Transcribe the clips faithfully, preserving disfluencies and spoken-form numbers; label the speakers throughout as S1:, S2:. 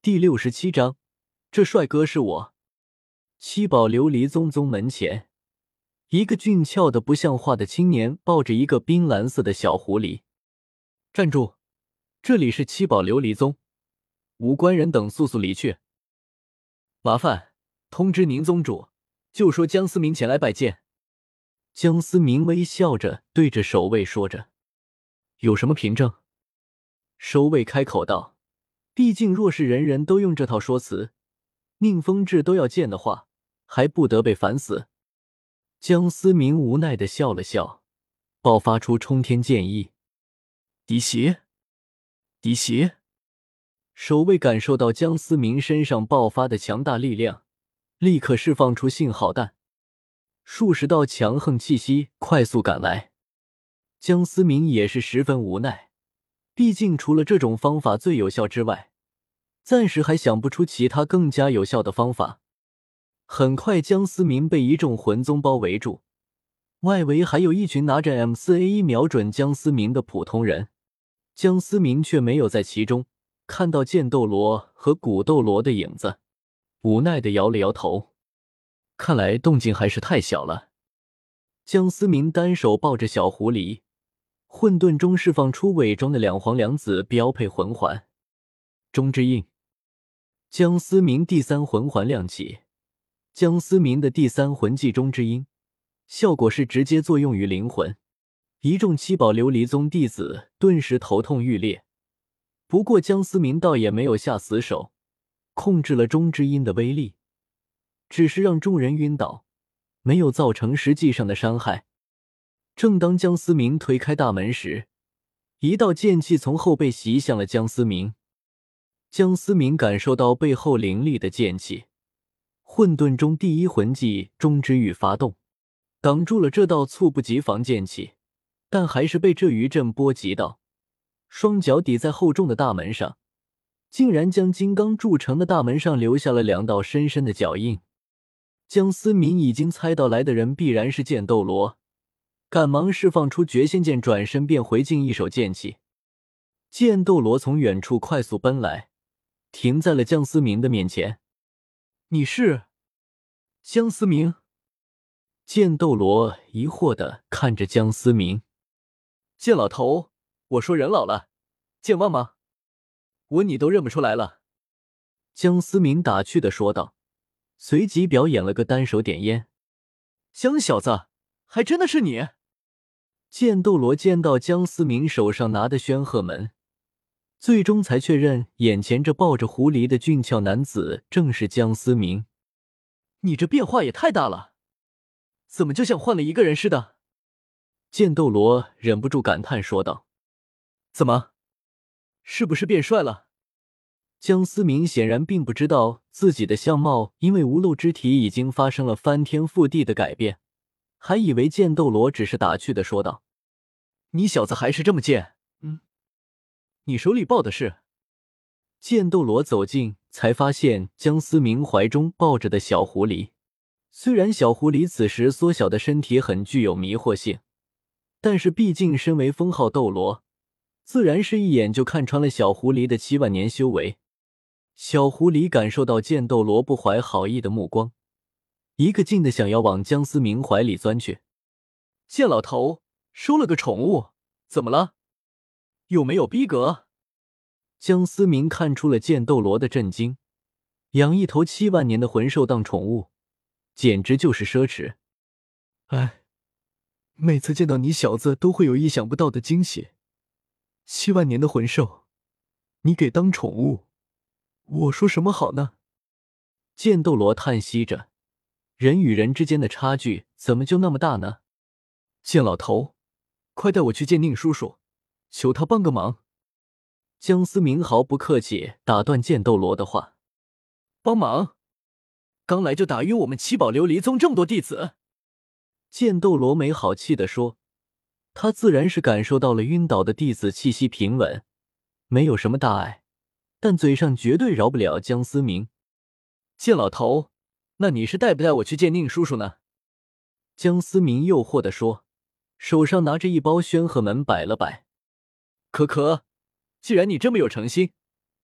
S1: 第六十七章，这帅哥是我。七宝琉璃宗宗门前，一个俊俏的不像话的青年抱着一个冰蓝色的小狐狸。站住！这里是七宝琉璃宗，无关人等速速离去。麻烦通知您宗主，就说江思明前来拜见。江思明微笑着对着守卫说着。有什么凭证？守卫开口道。毕竟若是人人都用这套说辞，宁风致都要见的话，还不得被烦死。江思明无奈地笑了笑，爆发出冲天剑意。滴血，滴血！守卫感受到江思明身上爆发的强大力量，立刻释放出信号弹，数十道强横气息快速赶来。江思明也是十分无奈，毕竟除了这种方法最有效之外，暂时还想不出其他更加有效的方法。很快江思明被一众魂宗包围住，外围还有一群拿着 M 四 A 一 瞄准江思明的普通人，江思明却没有在其中看到剑斗罗和古斗罗的影子，无奈地摇了摇头。看来动静还是太小了。江思明单手抱着小狐狸，混沌中释放出伪装的两皇两紫标配魂环。中之印。江思明第三魂环亮起，江思明的第三魂技中之音，效果是直接作用于灵魂。一众七宝琉璃宗弟子顿时头痛欲裂，不过江思明倒也没有下死手，控制了中之音的威力，只是让众人晕倒，没有造成实际上的伤害。正当江思明推开大门时，一道剑气从后背袭向了江思明。江思明感受到背后凌厉的剑气，混沌中第一魂技中之欲发动，挡住了这道猝不及防剑气，但还是被这余震波及到，双脚抵在厚重的大门上，竟然将金刚铸成的大门上留下了两道深深的脚印。江思明已经猜到来的人必然是剑斗罗，赶忙释放出绝仙剑，转身便回敬一手剑气。剑斗罗从远处快速奔来，停在了江思明的面前。你是？江思明？剑斗罗疑惑地看着江思明。剑老头，我说人老了，健忘吗？我你都认不出来了。江思明打趣地说道，随即表演了个单手点烟。江小子，还真的是你！剑斗罗见到江思明手上拿的宣鹤门，最终才确认眼前这抱着狐狸的俊俏男子正是江思明。你这变化也太大了，怎么就像换了一个人似的？剑斗罗忍不住感叹说道。怎么？是不是变帅了？江思明显然并不知道自己的相貌因为无漏之体已经发生了翻天覆地的改变，还以为剑斗罗只是打趣的说道。你小子还是这么贱，嗯。你手里抱的是？剑斗罗走近才发现江思明怀中抱着的小狐狸。虽然小狐狸此时缩小的身体很具有迷惑性，但是毕竟身为封号斗罗，自然是一眼就看穿了小狐狸的七万年修为。小狐狸感受到剑斗罗不怀好意的目光，一个劲的想要往江思明怀里钻去。剑老头，收了个宠物，怎么了？有没有逼格？江思明看出了剑斗罗的震惊，养一头七万年的魂兽当宠物，简直就是奢侈。哎，每次见到你小子都会有意想不到的惊喜。七万年的魂兽，你给当宠物，我说什么好呢？剑斗罗叹息着，人与人之间的差距怎么就那么大呢？剑老头，快带我去见宁叔叔，求他帮个忙。江思明毫不客气打断剑斗罗的话。帮忙？刚来就打晕我们七宝琉璃宗这么多弟子？剑斗罗没好气地说，他自然是感受到了晕倒的弟子气息平稳，没有什么大碍，但嘴上绝对饶不了江思明。剑老头，那你是带不带我去见宁叔叔呢？江思明诱惑地说，手上拿着一包宣鹤门摆了摆。可可，既然你这么有诚心，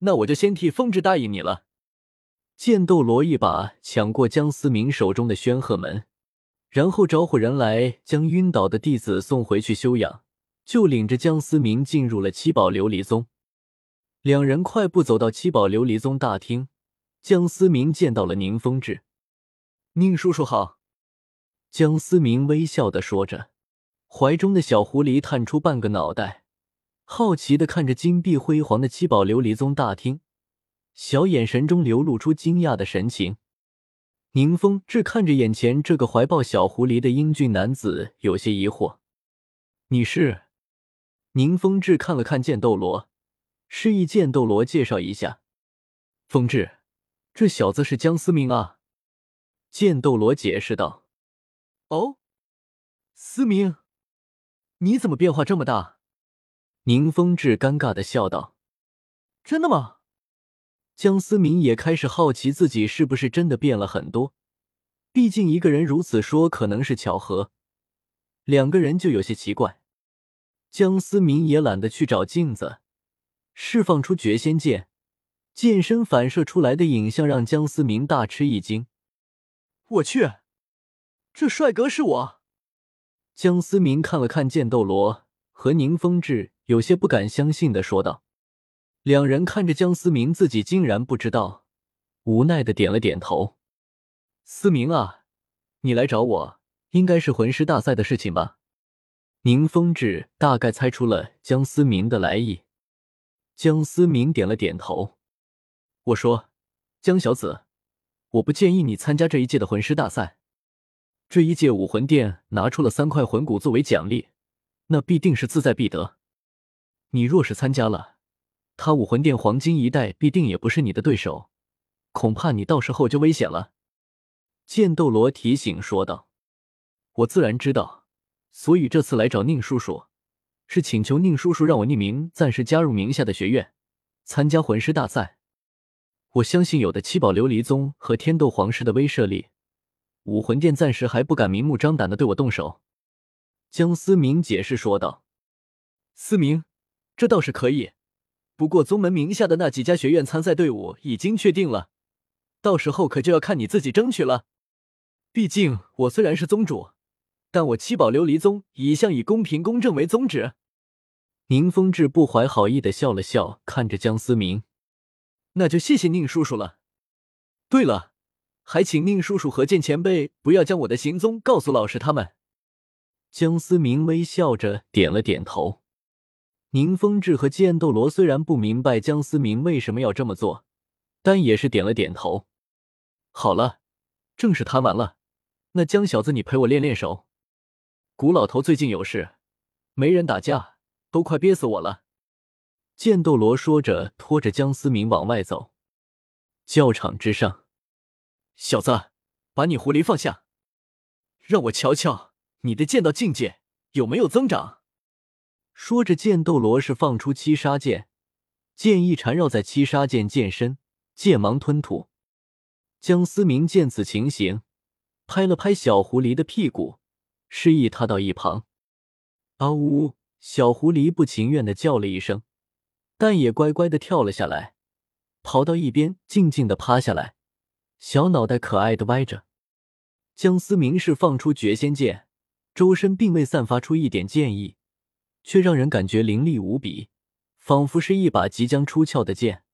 S1: 那我就先替风致答应你了。剑斗罗一把抢过江思明手中的宣鹤门，然后招呼人来将晕倒的弟子送回去休养，就领着江思明进入了七宝琉璃宗。两人快步走到七宝琉璃宗大厅，江思明见到了宁风致。宁叔叔好。江思明微笑地说着，怀中的小狐狸探出半个脑袋，好奇地看着金碧辉煌的七宝琉璃宗大厅，小眼神中流露出惊讶的神情。宁风致看着眼前这个怀抱小狐狸的英俊男子，有些疑惑。你是？宁风致看了看剑斗罗，示意剑斗罗介绍一下。风致，这小子是江思明啊。剑斗罗解释道。哦，思明，你怎么变化这么大？宁风致尴尬地笑道。真的吗？江思明也开始好奇自己是不是真的变了很多，毕竟一个人如此说可能是巧合，两个人就有些奇怪。江思明也懒得去找镜子，释放出绝仙剑，剑身反射出来的影像让江思明大吃一惊。我去，这帅哥是我！江思明看了看剑斗罗和宁风致，有些不敢相信地说道。两人看着江思明自己竟然不知道，无奈地点了点头。思明啊，你来找我应该是魂师大赛的事情吧？宁风致大概猜出了江思明的来意。江思明点了点头。我说，江小子，我不建议你参加这一届的魂师大赛。这一届武魂殿拿出了三块魂骨作为奖励，那必定是志在必得。你若是参加了，他武魂殿黄金一代必定也不是你的对手，恐怕你到时候就危险了。剑斗罗提醒说道。我自然知道，所以这次来找宁叔叔，是请求宁叔叔让我匿名暂时加入名下的学院，参加魂师大赛。我相信有的七宝琉璃宗和天斗皇室的威慑力，武魂殿暂时还不敢明目张胆地对我动手。江思明解释说道。思明，这倒是可以，不过宗门名下的那几家学院参赛队伍已经确定了，到时候可就要看你自己争取了。毕竟我虽然是宗主，但我七宝琉璃宗一向以公平公正为宗旨。宁风致不怀好意地笑了笑，看着江思明。那就谢谢宁叔叔了。对了，还请宁叔叔和剑前辈不要将我的行踪告诉老师他们。江思明微笑着点了点头。宁风致和剑斗罗虽然不明白江思明为什么要这么做，但也是点了点头。好了，正事谈完了，那江小子你陪我练练手。古老头最近有事，没人打架，都快憋死我了。剑斗罗说着拖着江思明往外走。教场之上，小子，把你狐狸放下，让我瞧瞧你的剑道境界有没有增长。说着剑斗罗是放出七杀剑，剑意缠绕在七杀剑剑身，剑芒吞吐。江思明见此情形，拍了拍小狐狸的屁股，示意他到一旁。啊呜！小狐狸不情愿地叫了一声，但也乖乖地跳了下来，跑到一边静静地趴下来，小脑袋可爱地歪着。江思明是放出绝仙剑，周身并未散发出一点剑意，却让人感觉凌厉无比，仿佛是一把即将出鞘的剑。